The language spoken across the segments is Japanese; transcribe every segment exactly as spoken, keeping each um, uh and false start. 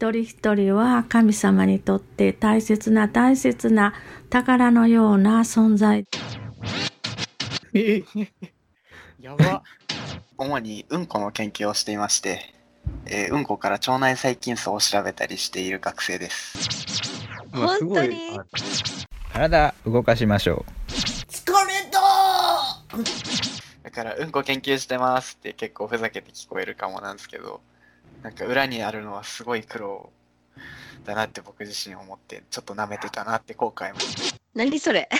一人一人は神様にとって大切な大切な宝のような存在。 えやば。 主にうんこの研究をしていまして、えーうんこから腸内細菌層を調べたりしている学生です。 まあ、すごい。 本当に体動かしましょ疲れただからうんこ研究してますって結構ふざけて聞こえるかもなんですけど、なんか裏にあるのはすごい苦労だなって僕自身思って、ちょっと舐めてたなって後悔も。 何それ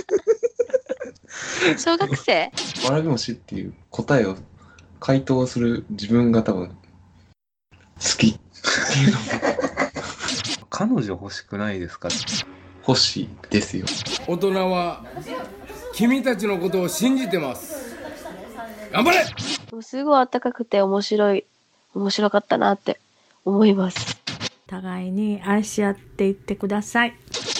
小学生わらび餅っていう答えを回答する自分が多分好きっていうのも彼女欲しくないですか？ 欲しいですよ。 大人は君たちのことを信じてます。頑張れ。 もうすごい暖かくて面白い面白かったなって思います。 互いに愛し合っていってください。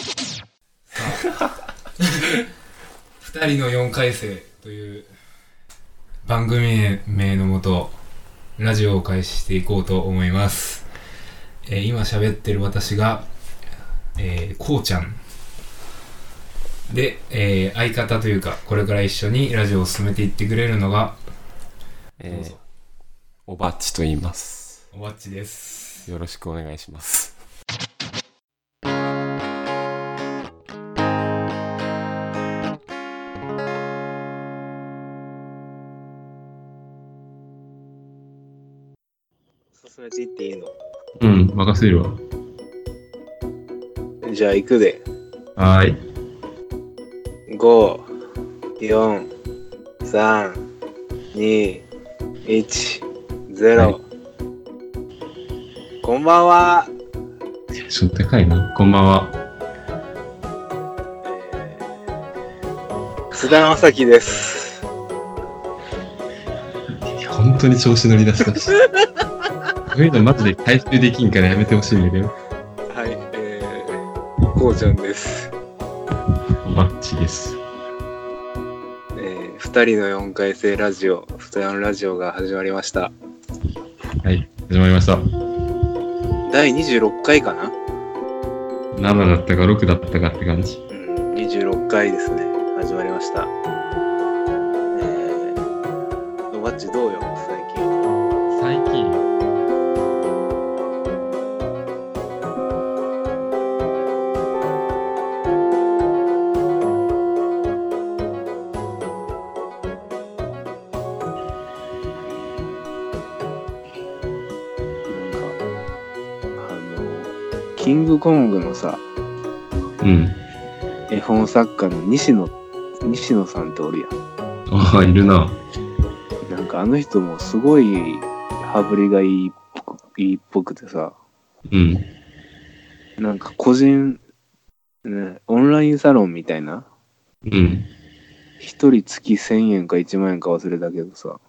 ふたりのよんかい生という番組名のもとラジオを開始していこうと思います。えー、今喋ってる私が、えー、こうちゃんで、えー、相方というかこれから一緒にラジオを進めていってくれるのが、 えー、おばっちと言います。 おばっちです。 よろしくお願いします。 進めていっていいの？ うん、任せるわ。 じゃあ行くで。 はーい。 ご、よん、さん、に、いち、ゼロ、はい。こんばんは。 ちょっと高いな。こんばんは。 えー、須田正樹です。 本当に調子乗り出したし。そういうのマジで回収できんからやめてほしいんだけど。 はい、えー、こうちゃんです。 マッチです。 えー、ふたりのよんかい生ラジオ、ふたりのラジオが始まりました。 はい、始まりました。 だいにじゅうろっかいかな？ ななだったかろくだったかって感じ。 うん、にじゅうろっかいですね。始まりました。えー、マッチどうよ、最近。 最近キングコングのさ、 うん、 絵本作家の西野西野さんっておるやん。 ああ、いるな。 なんかあの人もすごい羽振りがいいいいっぽくてさ、 うん、 なんか個人、ね、オンラインサロンみたいな、 うん、 一人月せんえんかいちまんえんか忘れたけどさ、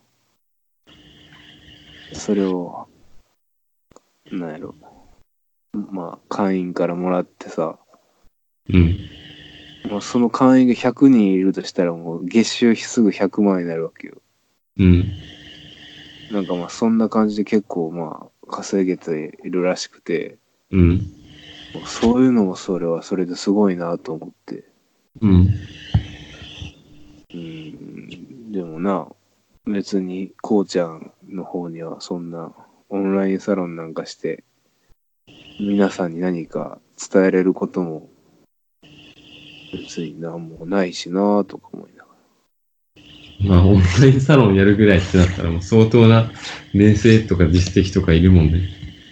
それをなんやろ、まあ会員からもらってさ、 うん、 まあ、その会員がひゃくにんいるとしたらもう月収すぐひゃくまんになるわけよ。 うん。 なんかまあそんな感じで結構まあ稼げているらしくて、 うん。 そういうのもそれはそれですごいなと思って。 うん。 うん。でもな、別にこうちゃんの方にはそんなオンラインサロンなんかして皆さんに何か伝えれることも別になんもないしなとか思いながら。まあオンラインサロンやるぐらいってなったらもう相当な年齢とか実績とかいるもんね。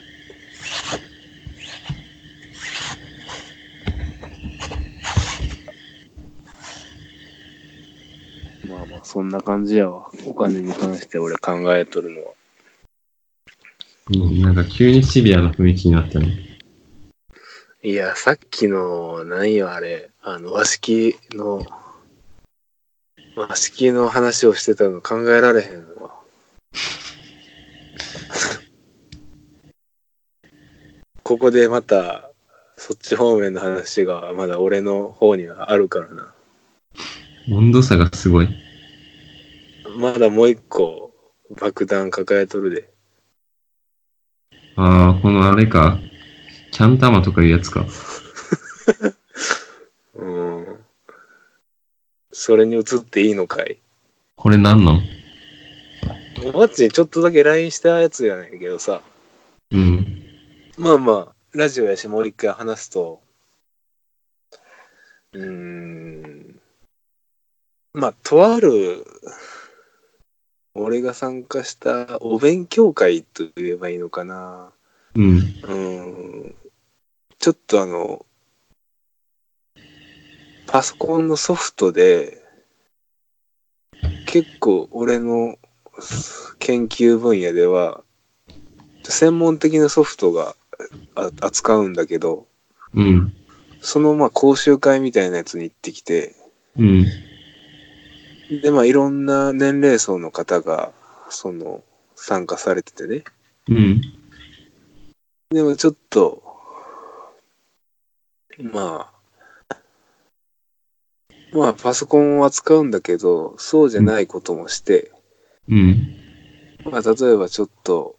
まあまあそんな感じやわ。お金に関して俺考えとるのは。 うん、なんか急にシビアな雰囲気になったね。 いや、さっきの、何よあれ、あの、和式の、和式の話をしてたの考えられへんわ。ここでまた、そっち方面の話がまだ俺の方にはあるからな。 温度差がすごい。 まだもう一個爆弾抱えとるで。 ああ、このあれか。キャン玉とかいうやつか。 うん。それに移っていいのかい？ これなんなん？ マッチにちょっとだけ ライン したやつやねんけどさ。 うん。 まあまあ、ラジオやしもう一回話すと、うーん。まあ、とある、俺が参加したお勉強会と言えばいいのかな。 うん。 うーん。ちょっとあの、パソコンのソフトで、結構俺の研究分野では、専門的なソフトが扱うんだけど、 うん。 そのまあ講習会みたいなやつに行ってきて、 うん。 でまあいろんな年齢層の方がその参加されててね。 うん。 でもちょっとまあまあパソコンを扱うんだけどそうじゃないこともして、 うん。 まあ例えばちょっと、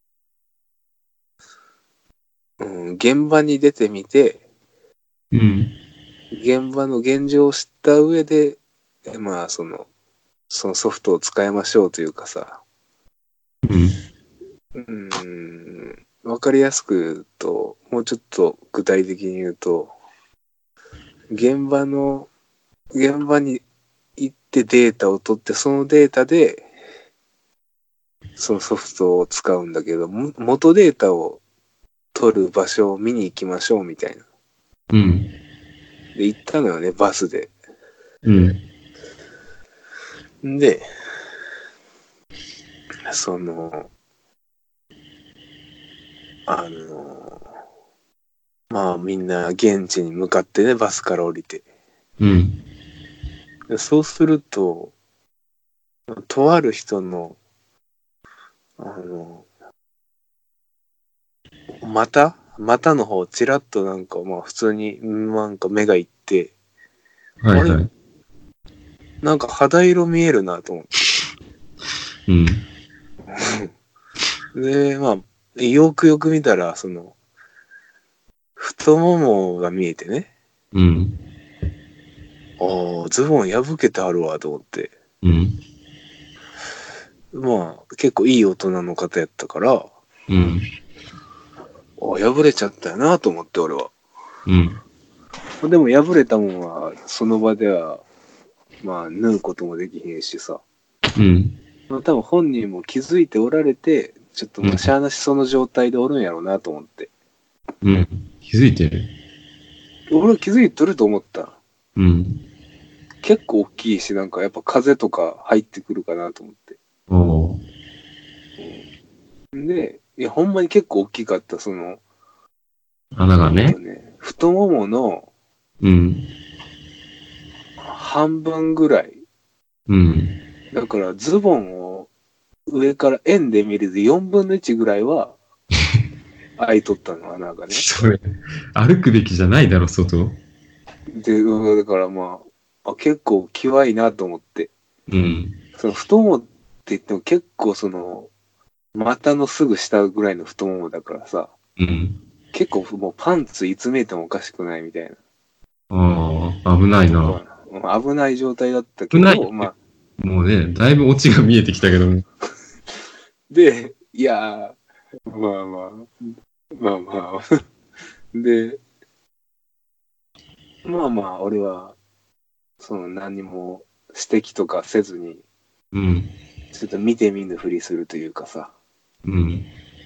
うん、現場に出てみて、 うん。 現場の現状を知った上でまあそのそのソフトを使いましょうというかさ、 うん。 うーん、わかりやすく言うと、もうちょっと具体的に言うと、現場の、現場に行ってデータを取って、そのデータで、そのソフトを使うんだけど、元データを取る場所を見に行きましょうみたいな。 うん。 で、行ったのよね、バスで。 うん。 で、その、あの、まあみんな現地に向かってね、バスから降りて。 うん。 でそうすると、とある人の、あの、股股の方、ちらっとなんか、まあ普通に、なんか目がいって、 はいはい。 なんか肌色見えるなと思って。うん。で、まあ、よくよく見たら、その、太ももが見えてね。 うん。 ああ、ズボン破けてあるわと思って。 うん。 まあ、結構いい大人の方やったから、 うん。 あ破れちゃったよなと思って、俺は。 うん。 でも破れたもんは、その場では、まあ、縫うこともできへんしさ。 うん。 まあ、多分本人も気づいておられて、ちょっとまあ、しゃあなしその状態でおるんやろうなと思って。 うん。気づいてる？ 俺は気づいてると思った。 うん。 結構大きいし、なんかやっぱ風とか入ってくるかなと思って。 おー。 うん、で、いや、ほんまに結構大きかった、その、 穴がね。 ね太ももの、 うん。 半分ぐらい。 うん。 だからズボンを上から円で見るとよんぶんのいちぐらいは開いとったの、穴がね。 それ、歩くべきじゃないだろ、外。 で、だからまあ、あ結構きわいなと思って。 うん。 その太ももって言っても結構その、股のすぐ下ぐらいの太ももだからさ。 うん。 結構もうパンツいつ見えてもおかしくないみたいな。 ああ、危ないな。 まあ、危ない状態だったけど、 危ないまあ。 もうね、だいぶオチが見えてきたけどね。 で、いやー、まあまあ、まあまあ。で、まあまあ、俺は、その何も指摘とかせずに、 うん。 ちょっと見て見ぬふりするというかさ。 うん。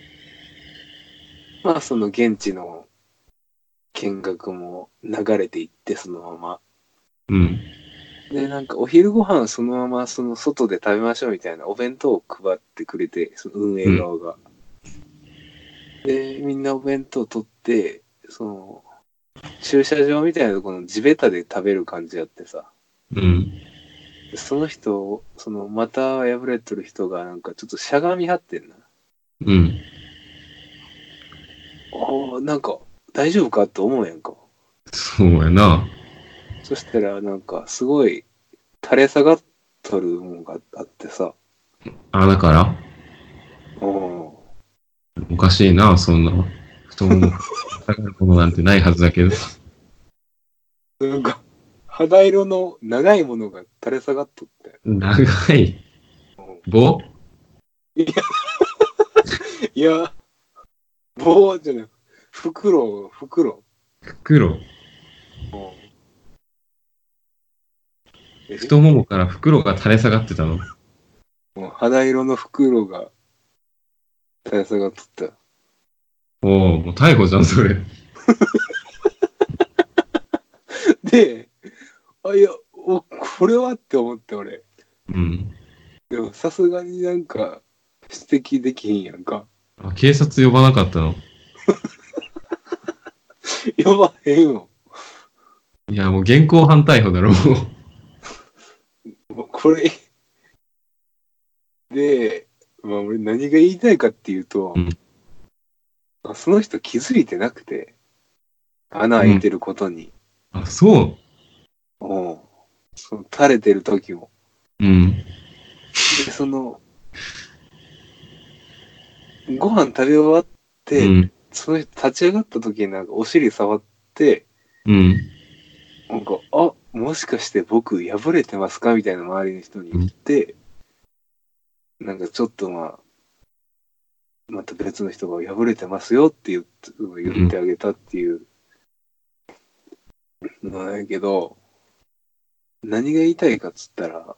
まあその現地の見学も流れていってそのまま。 うん。 で、なんかお昼ご飯そのままその外で食べましょうみたいなお弁当を配ってくれて、その運営側が。うん、で、みんなお弁当取って、その、駐車場みたいなところの地べたで食べる感じやってさ。 うん。 その人、その股破れてる人がなんかちょっとしゃがみ張ってんな。 うん。 ああ、なんか大丈夫かって思うやんか。 そうやな。 そしたらなんかすごい垂れ下がっとるもんがあってさ。 あ、だからうん。 かしいな、そんな。太もも下がるものなんてないはずだけど。 なんか、肌色の長いものが垂れ下がっとって。 長い棒いや、いや、棒じゃない、袋、袋。 袋。太ももから袋が垂れ下がってたの？ もう肌色の袋が垂れ下がっとった。 おお、もう逮捕じゃん、それ。 で、あ、いや、お、これはって思って俺。 うん。 でもさすがになんか指摘できひんやんか。 あ、警察呼ばなかったの？ 呼ばへんよ。 いや、もう現行犯逮捕だろ、もう。もうこれ。で、まあ俺何が言いたいかっていうと、 うんまあ、その人気づいてなくて、穴開いてることに。 うん、あ、そう。 うん。その垂れてる時も。 うん。 で、その、ご飯食べ終わって、 うん、 その人立ち上がった時になんかお尻触って、 うん。 なんか、あ、もしかして僕破れてますかみたいな周りの人に言って、うん、なんかちょっとまあ、また別の人が破れてますよって言って、言ってあげたっていうのなんやけど、何が言いたいかっつったら、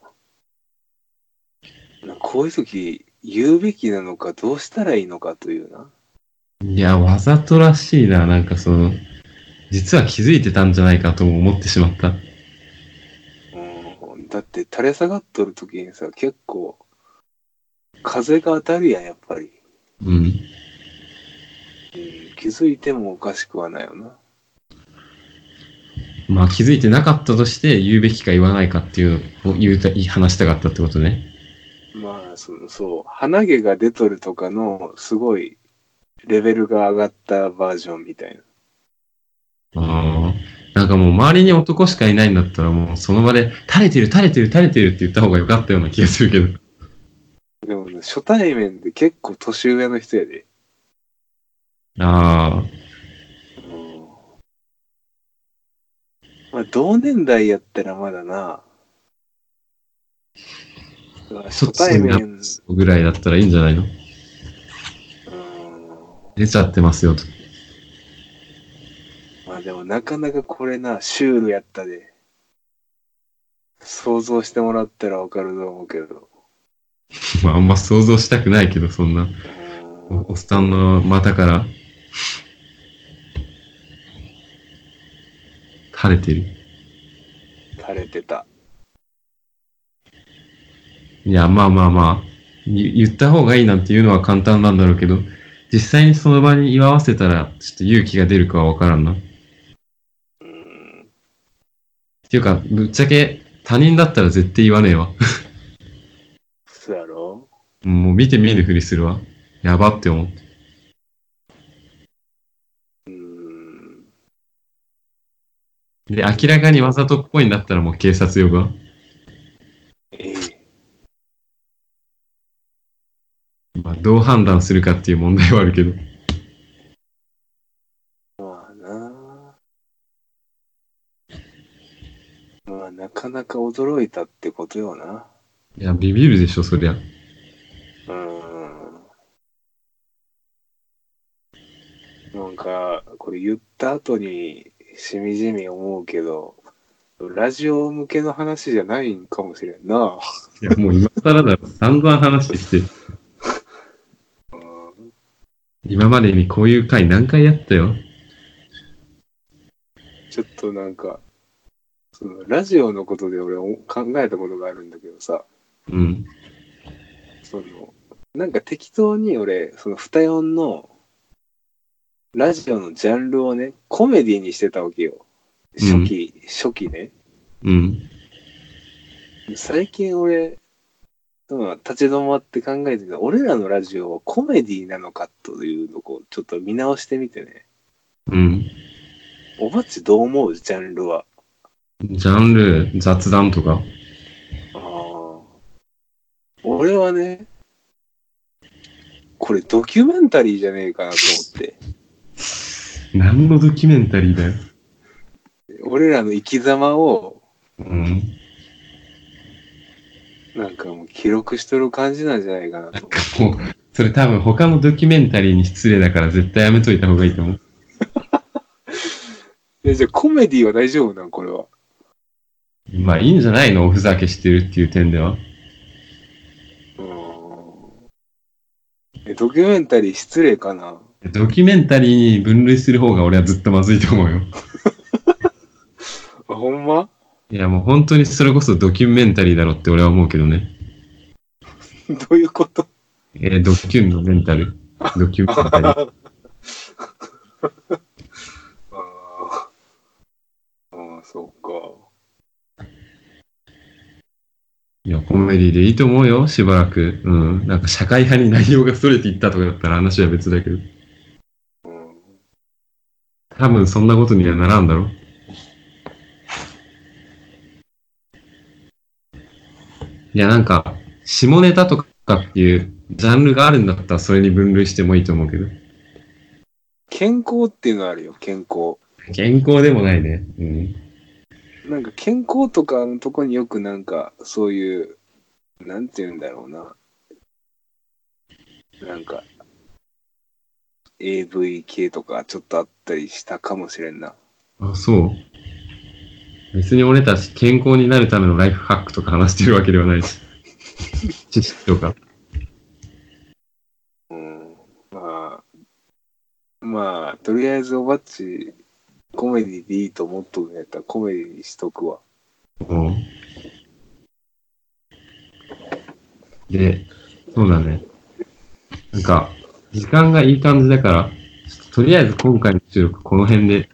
こういう時言うべきなのかどうしたらいいのかというな。 いや、わざとらしいな。なんかその、実は気づいてたんじゃないかとも思ってしまった。 うん、だって垂れ下がっとる時にさ、結構風が当たるやん、やっぱり。 うん。うん、 気づいてもおかしくはないよな。 まあ気づいてなかったとして言うべきか言わないかっていうのを言うた話したかったってことね。まあ、その、そう、鼻毛が出とるとかの、すごい、レベルが上がったバージョンみたいな。ああ。なんかもう周りに男しかいないんだったらもうその場で、垂れてる垂れてる垂れてるって言った方が良かったような気がするけど。 でも、ね、初対面で結構年上の人やで。 ああ。 まあ、同年代やったらまだな。初対面ぐらいだったらいいんじゃないの？出ちゃってますよと。 まあでもなかなかこれな、シュールやったで。想像してもらったらわかると思うけど。 まああんま想像したくないけど、そんな。おっさんの股から垂れてる。 垂れてた。 いや、まあまあまあ、言った方がいいなんていうのは簡単なんだろうけど、実際にその場に居合わせたら、ちょっと勇気が出るかはわからんな。うーん。っていうか、ぶっちゃけ他人だったら絶対言わねえわ。 そうやろ？ もう見て見ぬふりするわ。やばって思って。 うーん。 で、明らかにわざとっぽいんだったらもう警察呼ぶわ。 ええ。 まあ、どう判断するかっていう問題はあるけど。 まあな。まあなかなか驚いたってことよな。 いや、ビビるでしょ、そりゃ。うーん。なんか、これ言った後にしみじみ思うけど、ラジオ向けの話じゃないんかもしれんな。 いや、もう今更だろ。散々話して。今までにこういう回何回やったよ。 ちょっとなんか、そのラジオのことで俺考えたことがあるんだけどさ、 うん。 その、なんか適当に俺、その二四のラジオのジャンルをね、コメディにしてたわけよ。初期、うん、初期ね。 うん。 最近俺、立ち止まって考えてた、俺らのラジオはコメディなのかというのをこうちょっと見直してみてね。 うん。 おばっちどう思う？ジャンルは。 ジャンル、雑談とか。 ああ。俺はね、 これドキュメンタリーじゃねえかなと思って。 何のドキュメンタリーだよ。 俺らの生き様を、 うん。 なんかもう記録しとる感じなんじゃないかなと。 もう、それ多分他のドキュメンタリーに失礼だから絶対やめといた方がいいと思う。 え、じゃあコメディは大丈夫なんこれは。 まあいいんじゃないのおふざけしてるっていう点では。 え、ドキュメンタリー失礼かな。 ドキュメンタリーに分類する方が俺はずっとまずいと思うよ。 あ、ほんま？ いやもう本当にそれこそドキュメンタリーだろって俺は思うけどね。 どういうこと？ えー、ドキュンのメンタル。ドキュメンタリー。 ああ、そうか。 いや、コメディでいいと思うよ、しばらく。うん。なんか社会派に内容がそれていったとかだったら話は別だけど。 うん、 多分そんなことにはならんだろ。いや、なんか、下ネタとかっていうジャンルがあるんだったらそれに分類してもいいと思うけど。 健康っていうのあるよ、健康。 健康でもないね。うん。 なんか健康とかのとこによくなんかそういう、なんて言うんだろうな。なんか エーブイ 系とかちょっとあったりしたかもしれんな。 あ、そう。別に俺たち健康になるためのライフハックとか話してるわけではないし。知識とか。 うん。まあ、まあ、とりあえずおばっち、コメディでいいと思っとくんやったらコメディにしとくわ。 うん。で、そうだね。なんか、時間がいい感じだから、とりあえず今回の収録この辺で、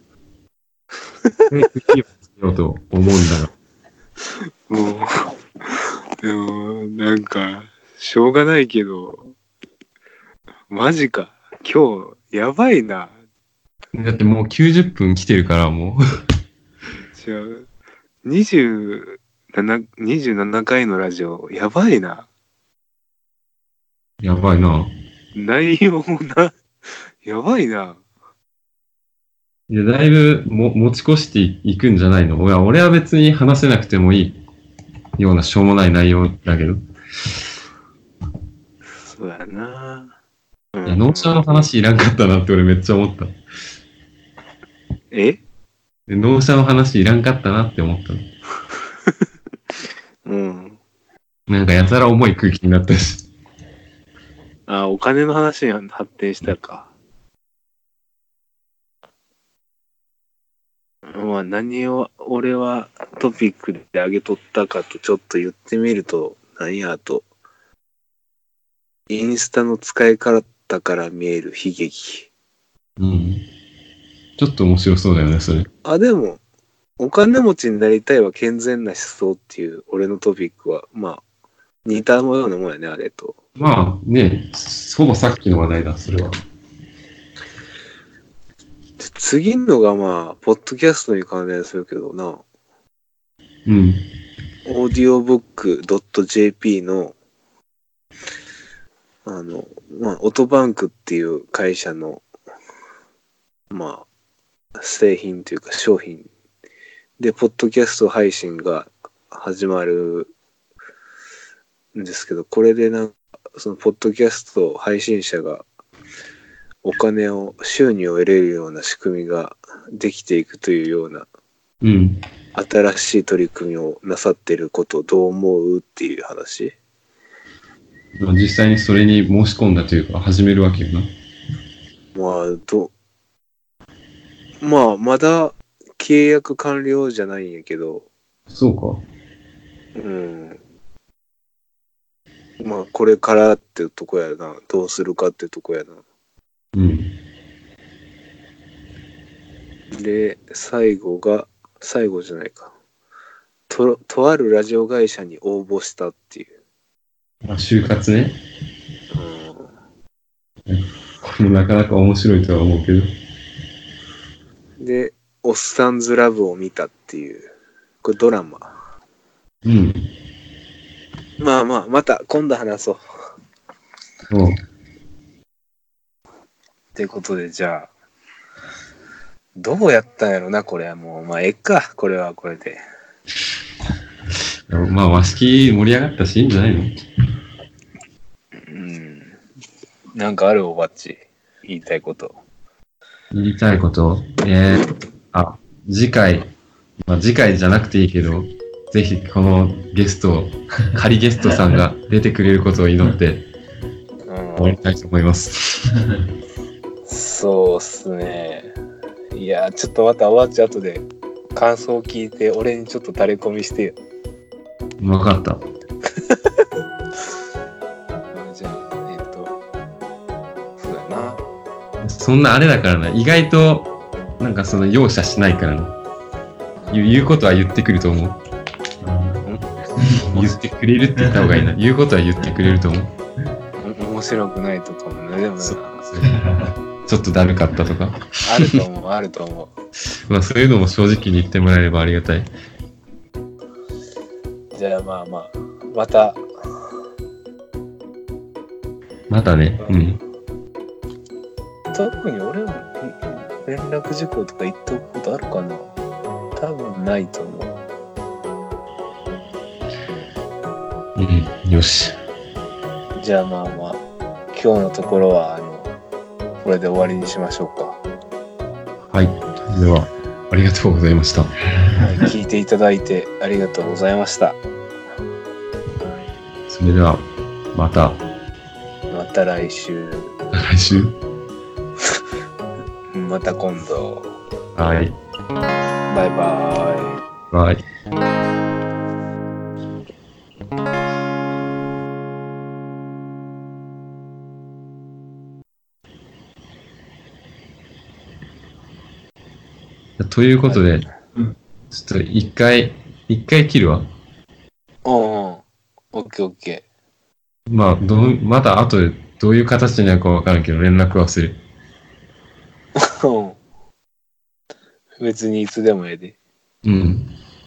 次をつけようと思うんだが。 もう、でも、なんか、しょうがないけど、マジか。今日、やばいな。 だってもうきゅうじゅっぷん来てるからもう。 じゃあ、にじゅうなな、にじゅうななかいのラジオ、やばいな。 やばいな。 内容もな、やばいな。 いや、だいぶも持ち越していくんじゃないの？いや、俺は別に話せなくてもいいようなしょうもない内容だけど。 そうやな。 いや、納車の話いらんかったなって俺めっちゃ思った。 え？ 納車の話いらんかったなって思ったの。 うん。 なんかやたら重い空気になったし。 あ、お金の話に発展したか。まあ何を俺はトピックで上げとったかとちょっと言ってみると、何やと、インスタの使い方から見える悲劇。 うん。ちょっと面白そうだよね、それ。 あ、でも、お金持ちになりたいは健全な思想っていう俺のトピックは、まあ、似たようなもんやね、あれと。 まあね、ほぼさっきの話題だ、それは。 次のがまあ、ポッドキャストに関連するけどな。 うん。 オーディオブックドットジェーピー の、あの、まあ、オトバンクっていう会社の、まあ、製品というか商品で、ポッドキャスト配信が始まるんですけど、これでなんか、そのポッドキャスト配信者がお金を、収入を得れるような仕組みができていくというような、 うん。 新しい取り組みをなさっていることをどう思うっていう話。 実際にそれに申し込んだというか、始めるわけよな。 まあ、ど、まあ、まだ契約完了じゃないんやけど。 そうか。 うん。まあ、これからってとこやな。どうするかってとこやな。 うん。 で、最後が、最後じゃないか。と、とあるラジオ会社に応募したっていう。 あ、就活ね。 うん。 これもなかなか面白いとは思うけど。 で、おっさんずラブを見たっていう。これドラマ。 うん。 まあまあ、また今度話そう。 そう。 ってことで、じゃあ、どうやったんやろな、これはもう。まあ、ええか、これはこれで。 まあ、和式盛り上がったし、いいんじゃないの？ うん。なんかあるおばっち、言いたいこと。 言いたいこと、えー、あ、次回、まあ、次回じゃなくていいけど、ぜひこのゲスト、仮ゲストさんが出てくれることを祈って、終わりたいと思います。 そうっすね。いや、ちょっとまたおばっち後で感想を聞いて、俺にちょっと垂れ込みしてよ。 わかった。 じゃあ、えっと、そうだな。 そんなあれだからな、意外と、なんかその容赦しないからな。言う、言うことは言ってくると思う。言ってくれるって言った方がいいな。言うことは言ってくれると思う。 面白くないとかもね、でもな。 ちょっとだるかったとか。 あると思う、あると思う。まあそういうのも正直に言ってもらえればありがたい。 じゃあまあまあ、また。 またね、うん。 特に俺も連絡事項とか言っておくことあるかな？多分ないと思う。うん、よし。 じゃあまあまあ、今日のところは、あの、これで終わりにしましょうか。 はい。では、ありがとうございました。 はい、聞いていただいてありがとうございました。 それでは、また。 また来週。 来週また今度。 はい。 バイバイ。バイ。ということで、はい、ちょっと一回、一回切るわ。 うんうん。オッケーオッケー。まあ、どう、また後でどういう形になるかわからんけど、連絡はする。 別にいつでもええで。 うん。